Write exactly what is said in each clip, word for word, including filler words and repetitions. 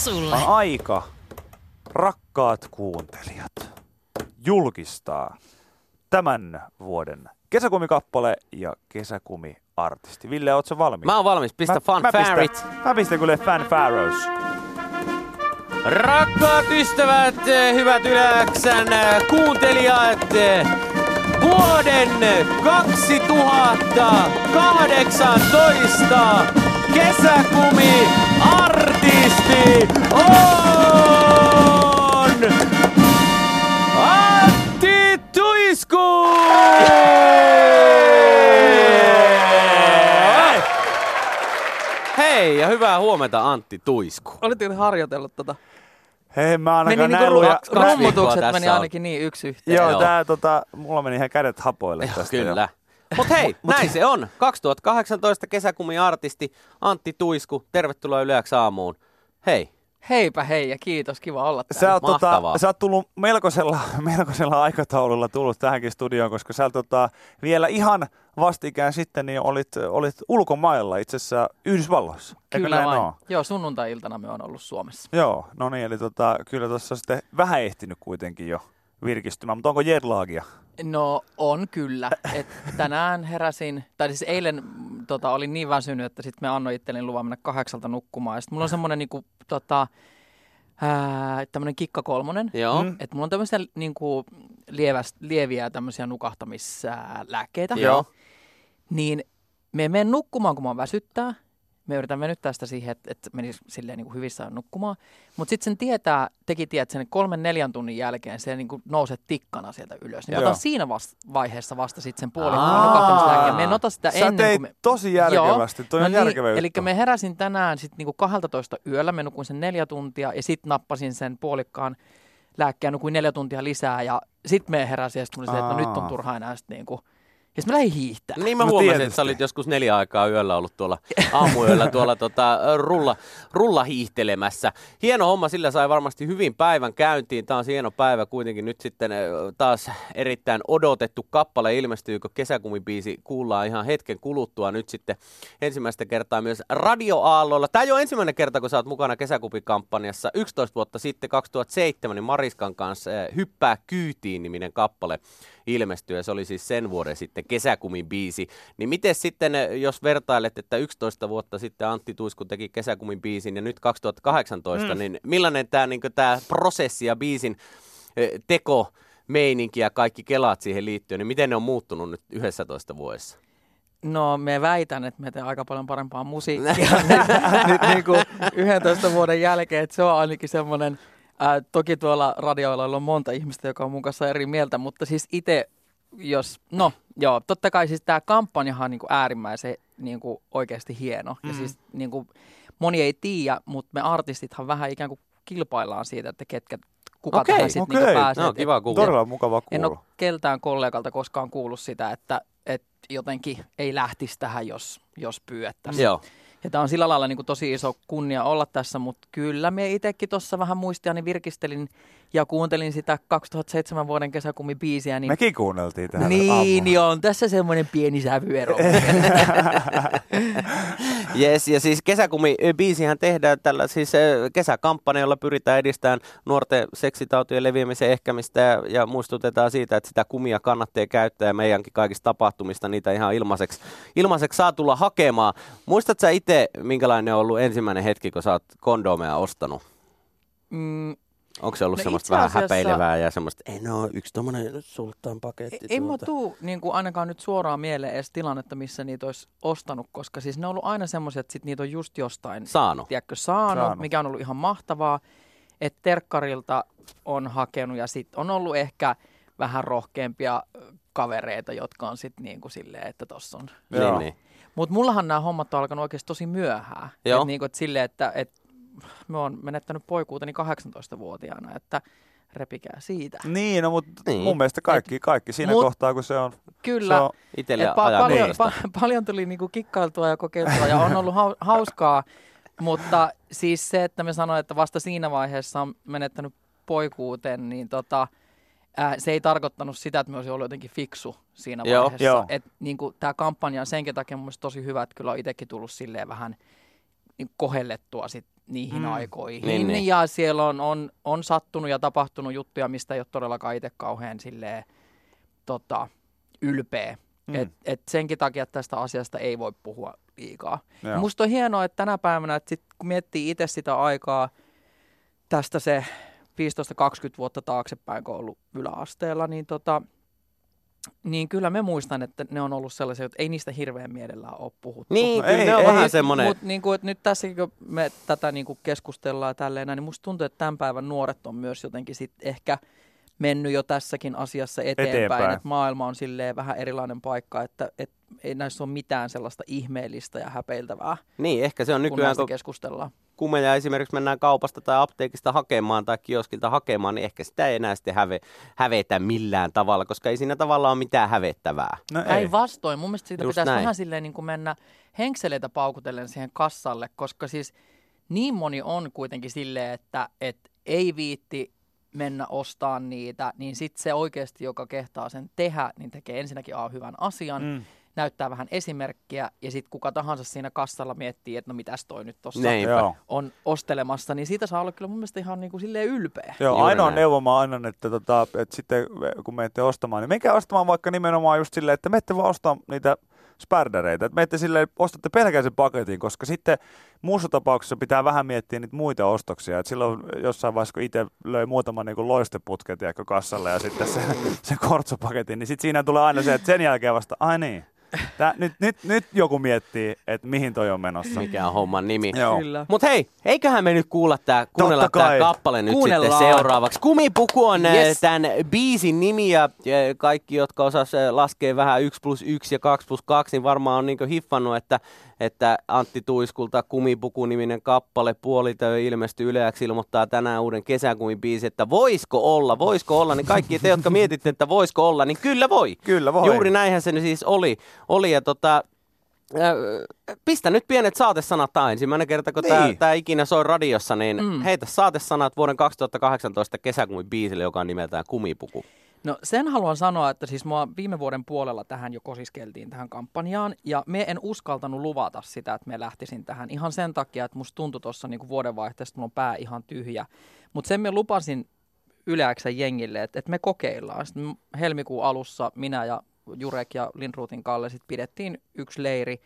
sulle. On aika, rakkaat kuuntelijat, julkistaa tämän vuoden kesäkumikappale ja kesäkumiartisti. Ville, ootko sä valmis? Mä oon valmis, pistä mä, fanfarit. Mä pistän, mä pistän kyllä fanfaros. Rakkaat ystävät, hyvät Yläksän kuuntelijat, vuoden kaksituhattakahdeksantoista kesäkumi artisti on Antti Tuisku! Hei ja hyvää huomenta Antti Tuisku. Olitteko harjoitellut tota? Hei, mä ainakaan Meni näin niinku luja. ru- rummutukset meni ainakin niin yksi yhteen. Joo, Joo. tää tota, mulla meni ihan kädet hapoille Joo, tästä. kyllä. Jo. Mut hei, näin se on. kaksituhattakahdeksantoista kesäkumi-artisti Antti Tuisku. Tervetuloa Yleäks aamuun. Hei. Heipä hei ja kiitos, kiva olla Sä täällä. oot, tota, Mahtavaa. sä oot tullut melkoisella, melkoisella aikataululla tullut tähänkin studioon, koska sä tota, vielä ihan vastikään sitten niin olit, olit ulkomailla, itse asiassa Yhdysvalloissa. Eikö Kyllä näin vain. oo? Joo, sunnuntai-iltana me on ollut Suomessa. Joo, no niin, eli tota, kyllä tuossa on sitten vähän ehtinyt kuitenkin jo virkistymään, mutta onko jetlagia? No on kyllä. Et tänään heräsin, tai siis eilen mm, tota, olin niin väsynyt, että sitten me annoin itselleni luvan mennä kahdeksalta nukkumaan. Ja sit mulla on semmoinen niinku, tota, ää, tämmönen kikka kolmonen. Joo. Mm. Että mulla on tämmöisiä niinku, lieväs, lieviä tämmöisiä nukahtamislääkkeitä. Joo. Niin me menen nukkumaan, kun mua väsyttää. Me yritän venyttää sitä siihen, että, että menisi silleen niin kuin hyvissään nukkumaan. Mutta sitten sen tietää, teki tiedät sen kolmen neljän tunnin jälkeen se niin kuin nouset tikkana sieltä ylös. Niin mä Joo. otan siinä vasta, vaiheessa vasta sitten sen puolikkaan nukahtamislääkkeen. Me en ota sitä Sä ennen teit kuin me... tosi järkevästi, toi on no järkevä niin, juttu. eli me heräsin tänään sitten niinku kaksitoista yöllä, me nukuin sen neljä tuntia ja sitten nappasin sen puolikkaan lääkkeen, nukuin neljä tuntia lisää ja sitten me heräsin ja sitten mulla oli se, että no nyt on Aa. turha enää sitten niinku... Ja sitten mä lähdin hiihtämään. Niin mä No huomasin, että tietysti. sä olit joskus neljä aikaa yöllä ollut tuolla aamuyöllä tuolla tota, rulla, rulla hiihtelemässä. Hieno homma, sillä sai varmasti hyvin päivän käyntiin. Tämä on hieno päivä kuitenkin nyt sitten eh, taas erittäin odotettu kappale ilmestyykö kesäkumibiisi. Kuullaan ihan hetken kuluttua nyt sitten ensimmäistä kertaa myös radioaalloilla. Tämä ei ole ensimmäinen kerta, kun sä oot mukana kesäkupikampanjassa. yksitoista vuotta sitten, kaksituhattaseitsemän, niin Mariskan kanssa eh, Hyppää kyytiin -niminen kappale ilmestyi ja se oli siis sen vuoden sitten kesäkumibiisi. Niin miten sitten, jos vertailet, että yksitoista vuotta sitten Antti Tuisku teki kesäkumibiisin ja nyt kaksituhattakahdeksantoista, mm. niin millainen tämä niin tämä prosessi ja biisin eh, teko, meininki ja kaikki kelaat siihen liittyen, niin miten ne on muuttunut nyt yksitoista vuodessa? No me väitän, että me teemme aika paljon parempaa musiikkia nyt niin kuin yhdentoista vuoden jälkeen, että se on ainakin semmoinen, ää, toki tuolla radioilla on monta ihmistä, joka on mun kanssa eri mieltä, mutta siis itse, jos, no joo, totta kai siis tämä kampanjahan on niin kuin äärimmäisen niin kuin oikeasti hieno ja Mm. siis niin kuin moni ei tiedä, mutta me artistithan vähän ikään kuin kilpaillaan siitä, että ketkä, kuka Okei, tähän sitten okei. niin pääsee. No, Et- kiva et- kuulla. Todella mukava en kuulla. ole keltään kollegalta koskaan kuullut sitä, että, että jotenkin ei lähtisi tähän, jos, jos pyydettäisiin. Joo. Ja tämä on sillä lailla niin kuin tosi iso kunnia olla tässä, mutta kyllä me itsekin tuossa vähän muistiani virkistelin ja kuuntelin sitä kaksituhattaseitsemän vuoden kesäkumibiisiä. Niin, Mekin kuunneltiin tähän niin, aamuun. niin on tässä semmoinen pieni sävyero. Yes, ja siis kesäkumibiisihän tehdään tällä siis eh, kesäkampanja, jolla pyritään edistämään nuorten seksitautien leviämisen ehkämistä ja, ja muistutetaan siitä, että sitä kumia kannattaa käyttää ja meidänkin kaikista tapahtumista niitä ihan ilmaiseksi, ilmaiseksi saa tulla hakemaan. Muistatko sä itse, minkälainen on ollut ensimmäinen hetki, kun sä oot kondomeja ostanut? mm, Onko se ollut No semmoista itse vähän asiassa- häpeilevää ja semmoista, ei no, yksi tommonen sultaan paketti. ei mua tuolta. tuu niin kuin ainakaan nyt suoraan mieleen edes tilannetta, missä niitä olisi ostanut, koska siis ne on ollut aina semmoisia, että sit niitä on just jostain Saanut. tiedätkö, saanut, Saanut. mikä on ollut ihan mahtavaa, että terkkarilta on hakenut ja sitten on ollut ehkä vähän rohkeampia ö, kavereita, jotka on sitten niin kuin silleen, että tossa on. Joo. Niin, niin. Mutta mullahan nämä hommat on alkanut oikeasti tosi myöhään. Joo. Et niin kuin, et silleen, että et, mä oon menettänyt poikuuteni kahdeksantoistavuotiaana, että repikää siitä. Niin, no, mutta Niin. mun mielestä kaikki, kaikki siinä Mut- kohtaa, kun se on... Kyllä. Se on Itselle Et pa- paljon, ajankohtaista. pa- paljon tuli niinku kikkailtua ja kokeiltua ja on ollut hau- hauskaa, mutta siis se, että me sanoin, että vasta siinä vaiheessa on menettänyt poikuuteen, niin tota, ää, se ei tarkoittanut sitä, että me olisi ollut jotenkin fiksu siinä Joo, vaiheessa. joo. Et, niinku, tämä kampanja on senkin takia mun mielestä tosi hyvä, että kyllä on itsekin tullut silleen vähän niin kohellettua sit niihin Mm. aikoihin. Niin, niin. Ja siellä on, on, on sattunut ja tapahtunut juttuja, mistä ei ole todellakaan itse kauhean silleen, tota, ylpeä. Mm. Et, et senkin takia tästä asiasta ei voi puhua liikaa. Joo. Musta on hienoa, että tänä päivänä, että sit, kun miettii itse sitä aikaa, tästä se viisitoista kaksikymmentä vuotta taaksepäin, kun on ollut yläasteella, niin, tota, niin kyllä me muistan, että ne on ollut sellaisia, että ei niistä hirveän mielellään ole puhuttu. Niin, No kyllä ei, ne on ei, vähän semmoinen. Mutta niin kuin, nyt tässäkin, kun me tätä niin kuin keskustellaan tälleen, niin musta tuntuu, että tämän päivän nuoret on myös jotenkin sit ehkä mennyt jo tässäkin asiassa eteenpäin, Eteenpäin. että maailma on silleen vähän erilainen paikka, että et ei näissä ole mitään sellaista ihmeellistä ja häpeiltävää, Niin, ehkä se on kun nykyään, näistä kun keskustellaan. kumeja esimerkiksi mennään kaupasta tai apteekista hakemaan tai kioskilta hakemaan, niin ehkä sitä ei enää sitten häve, hävetä millään tavalla, koska ei siinä tavallaan ole mitään hävettävää. No ei. Päinvastoin. Mun mielestä siitä Just pitäisi näin. vähän silleen niin kuin mennä henkseleitä paukutellen siihen kassalle, koska siis niin moni on kuitenkin silleen, että et ei viitti mennä ostaa niitä, niin sitten se oikeasti, joka kehtaa sen tehdä, niin tekee ensinnäkin A hyvän asian, Mm. näyttää vähän esimerkkiä, ja sitten kuka tahansa siinä kassalla miettii, että no mitäs toi nyt tossa Neipä. Joo. on ostelemassa, niin siitä saa olla kyllä mun mielestä ihan niin kuin silleen ylpeä. Joo, Juuri ainoa näin. neuvo mä annan, että, tota, että sitten kun menette ostamaan, niin menkää ostamaan vaikka nimenomaan just silleen, että menette vaan ostaa niitä spärdäreitä. Että menette silleen, ostatte pelkään sen paketin, koska sitten muussa tapauksessa pitää vähän miettiä niitä muita ostoksia. Et silloin jossain vaiheessa, kun itse löi muutaman niin loisteputket ja kassalle ja sitten se, se kortsopaketin, niin sitten siinä tulee aina se, että sen jälkeen vasta, ai niin, Tää, nyt, nyt, nyt joku miettii, että mihin toi on menossa. Mikä on homman nimi. Joo. Kyllä. Mut hei, eiköhän me nyt kuulla tää, kuunnella Totta tää kai. kappale nyt Kuunnellaan. sitten seuraavaksi. Kumipuku on Yes. yes. tämän biisin nimi ja ja kaikki, jotka osas äh, laskea vähän yksi plus yksi ja kaksi plus kaksi, niin varmaan on niinku hiffannut, että, että Antti Tuiskulta Kumipuku-niminen kappale Puolitöö ilmestyi Yleäksi ilmoittaa tänään uuden kesäkumibiisi, että voisiko olla, voisiko olla, niin kaikki te, jotka mietitte, että voisiko olla, niin kyllä voi. Kyllä voi. Juuri näinhän se siis oli, oli ja tota, äh, pistä nyt pienet saatesanat. Tämä on ensimmäinen kerta, kun Niin. tämä ikinä soi radiossa, niin Mm. heitä saatesanat vuoden kaksituhattakahdeksantoista kesäkumibiisille, joka on nimeltään Kumipuku. No sen haluan sanoa, että siis mua viime vuoden puolella tähän jo kosiskeltiin tähän kampanjaan, ja me en uskaltanut luvata sitä, että me lähtisin tähän ihan sen takia, että musta tuntui tuossa niinku vuodenvaihteessa, että mulla on pää ihan tyhjä. Mutta sen me lupasin Yleäksän jengille, että, että me kokeillaan. Sitten helmikuun alussa minä ja Jurek ja Lindruutin Kalle sit pidettiin yksi leiri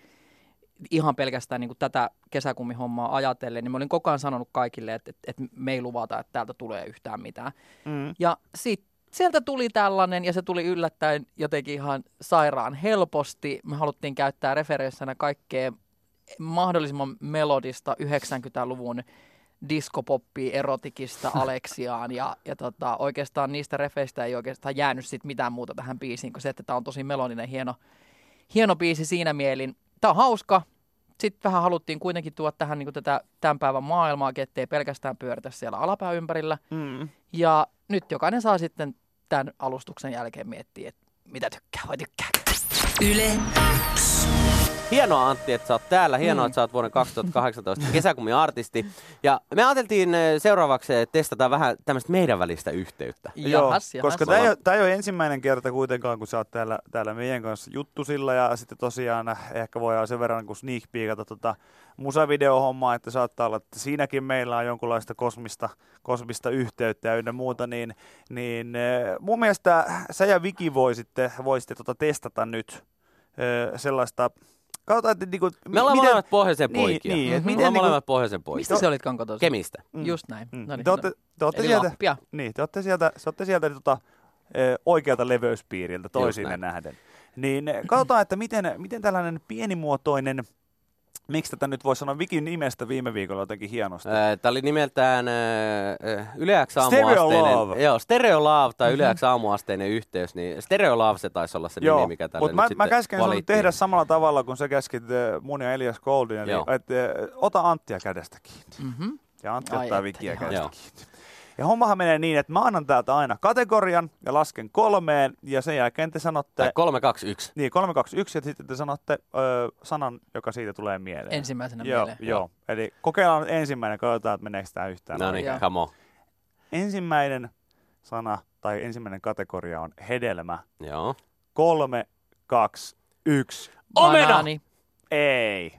ihan pelkästään niin kuin tätä kesäkummihommaa ajatellen, niin mä olin koko ajan sanonut kaikille, että, että, että me ei luvata, että täältä tulee yhtään mitään. Mm. Ja sitten sieltä tuli tällainen, ja se tuli yllättäen jotenkin ihan sairaan helposti. Me haluttiin käyttää referenssinä kaikkea mahdollisimman melodista yhdeksänkymmentäluvun diskopoppia, erotikista Aleksiaan, ja, ja tota, oikeastaan niistä refeistä ei oikeastaan jäänyt sit mitään muuta tähän biisiin, kuin se, että tämä on tosi melodinen, hieno, hieno biisi siinä mielin. Tämä on hauska. Sitten vähän haluttiin kuitenkin tuoda tähän niin tätä tämän päivän maailmaa, ettei pelkästään pyöritä siellä alapää ympärillä. Mm. Ja nyt jokainen saa sitten tämän alustuksen jälkeen miettiä, että mitä tykkää vai tykkääkö. Yle X. Hienoa Antti, että sä oot täällä. Hienoa, Mm. että sä oot vuoden kaksituhattakahdeksantoista kesäkumi-artisti. Ja me ajateltiin eh, seuraavaksi eh, testata vähän tämmöistä meidän välistä yhteyttä. Jahas, jahas. koska tämä ei, ole- tää ei ole ensimmäinen kerta kuitenkaan, kun sä oot täällä, täällä meidän kanssa juttusilla, ja sitten tosiaan ehkä voidaan sen verran kun sneak peekata tota musavideohommaa, että saattaa olla, että siinäkin meillä on jonkunlaista kosmista, kosmista yhteyttä ja ynnä muuta, niin, niin eh, mun mielestä sä ja Viki voisitte, voisitte tota testata nyt eh, sellaista, katsotaan, että niinku, Me ollaan miten- molemmat pohjoisen Niin, poikia. niin, et Me miten ollaan niinku- molemmat pohjoisen poikia. Mistä se olitkaan kotoisin? Kemistä. Mm. Just näin. Mm. No niin, te olette, te olette Eli sieltä, Lappia. niin, te olette sieltä, te olette sieltä tota, ö, oikealta leveyspiiriltä toisiinne näin. nähden. Niin eh, katsotaan, että miten, miten tällainen pienimuotoinen, miksi tätä nyt voisi sanoa Vikin nimestä viime viikolla jotenkin hienosti. Tämä oli nimeltään äh, Yleäksi Stereo aamuasteinen. Love. Joo, Stereo Love tai Yleäksi aamuasteinen yhteys. Niin Stereo Love se taisi olla se nimi, mikä tälle mutta nyt mä, sitten mä käsken sun valittiin. tehdä samalla tavalla, kun sä käskit äh, mun ja Elias Goldin, eli Joo. että äh, ota Anttia kädestä kiinni. Mm-hmm. Ja Antti Ai ottaa että, Vikiä joo. kädestä Joo. kiinni. Ja hommahan menee niin, että mä annan täältä aina kategorian ja lasken kolmeen, ja sen jälkeen te sanotte... Tai kolme, kaksi, yksi. Niin, kolme, kaksi, yksi, ja sitten te sanotte ö, sanan, joka siitä tulee mieleen. Ensimmäisenä Joo, mieleen. joo. Eli kokeillaan nyt ensimmäinen, katsotaan, että meneekö tämä yhtään. No oikein. niin, Joo. come on. Ensimmäinen sana tai ensimmäinen kategoria on hedelmä. Joo. Kolme, kaksi, yksi. Omena! Banaani. Ei.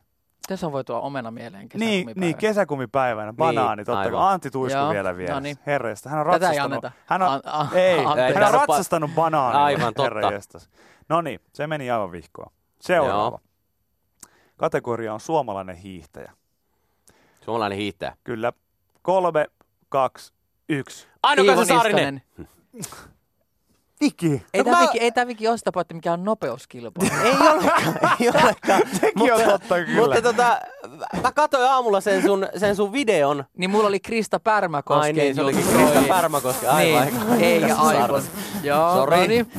Tässä on voi tuo omena mieleen Niin, kesäkumipäivänä. niin kesäkumipäivänä. Banaani, Niin, totta kai. aivan. Antti Tuisku Joo, vielä vielä. no niin. Herrestä. Hän on Tätä ei ratsastanut. anneta. Hän on, An- a- ei, a- hän Tää on on ratsastanut banaania. Aivan, totta. Herranjestas. No niin, se meni aivan vihkoon. Seuraava. Kategoria on suomalainen hiihtäjä. Suomalainen hiihtäjä. Kyllä. Kolme, kaksi, yksi. Aino-Kaisa Iivo Saarinen. Niskanen. Viki. Ei No tämä mä- Viki, ei tää Viki ole sitä paitsi mikään nopeuskilpailu. Ei olekaan, ei olekaan. Sekin on totta kyllä. Mutta tota, mä katsoin aamulla sen sun, sen sun videon. Niin mulla oli Krista Pärmäkoski. Ai niin, se olikin Krista Pärmäkoski. Aivan. Niin, eikä Aivon. Joo, Sorry. no niin.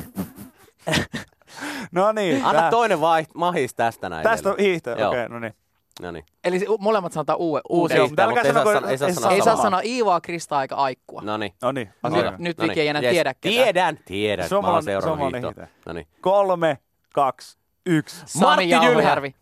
No niin. Anna tää- toinen vai, mahis tästä näin. Tästä on hiihtäjä. Joo. Okei, okay, no niin. No niin. Eli se, molemmat sanotaan uue, Uusi uusi. Joo, hiihtäjä, mutta mutta ei älkää saa, sanoko- sanoa, ei saa ei sanoa saa Ei saa samaa. sanoa Iivoa, Kristaa eikä Aikkua. No niin. No niin. Nyt- asia. Nyt No niin. Viki ei enää Yes. tiedä ketään. Tiedän, tiedän. Mä oon Suomalainen- seurannut suomalainen hiihtoa. hiihtäjä. No niin. Kolme, kaksi, yksi. Sami Martti Jylhä. Jauhojärvi.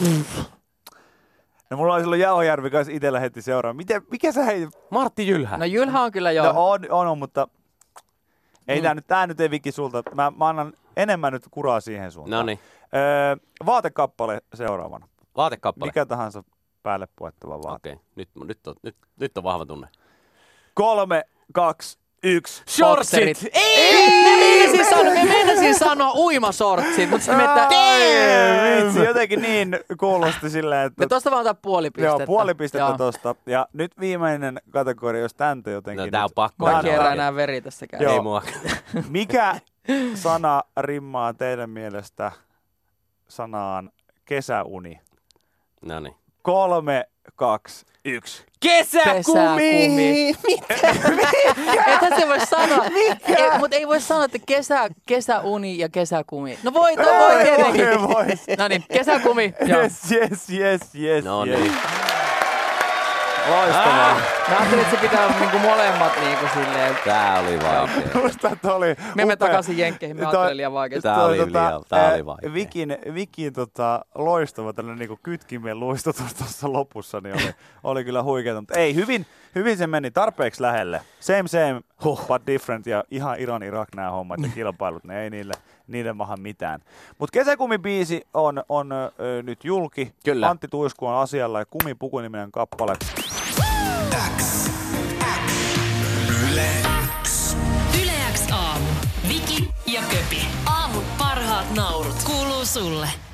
No mulla oli silloin Jauhojärvi kanssa itsellä heti seuraava. Miten, mikä sä hei? Martti Jylhä. No Jylhä on kyllä joo. No on, on, on mutta ei Mm. tää nyt, tää nyt ei Viki sulta. Mä, mä annan enemmän nyt kuraa siihen suuntaan. No niin. Öö, vaatekappale seuraavana. Vaatekappale. Mikä tahansa päälle puettava vaate. Okei, nyt, nyt, on, nyt, nyt on vahva tunne. Kolme, kaksi, yksi. Shortsit. Ei! Me meinasin sanoa, me meinasin sanoa uimasortsit, mutta sitten me, että Ei, vitsi, jotenkin niin kuulosti silleen, että... me tosta vaan ottaa puoli pistettä. Joo, puoli pistettä Joo. tosta. Ja nyt viimeinen kategoria, jos täntä jotenkin... No tää on nyt- pakko. Mulla Tää ei on kierrä oikein. enää veri tässä käy. Joo. Ei mua. Mikä sana rimmaa teidän mielestä sanaan kesäuni? No niin. Kolme, kaksi, yksi. Kesäkumi. Ethän se voi sanoa. Ei, mutta ei voi sanoa, että kesä, kesäuni ja kesäkumi. No voi, no voi tietenkin. Voi, voi. No niin, kesäkumi. Joo. Yes, yes, yes, yes. No yes. niin. Loistavaa. Ah. Mä ajattelin, että se pitää olla niinku molemmat niinku silleen. Tää oli vaikea. Musta että oli Me emme upea. takaisin jenkkeihin, mä Toi- ajattelin liian vaikeasti. Tää oli liian- tää oli vaikea. Vikin, Vikin tota, loistava tällainen niinku kytkimien luistutus tuossa lopussa, niin oli, oli kyllä huikeeta. Mutta ei, hyvin, hyvin se meni tarpeeksi lähelle. Same, same, huh. but different. Ja ihan Iran, Irak nämä hommat ja kilpailut, ne ei niille, niille maha mitään. Mutta kesäkumibiisi on, on ö, nyt julki. Kyllä. Antti Tuisku on asialla ja Kumipuku-niminen kappale. Yle X. Yle X aamu. Viki ja Köpi. Aamun parhaat naurut. Kuuluu sulle.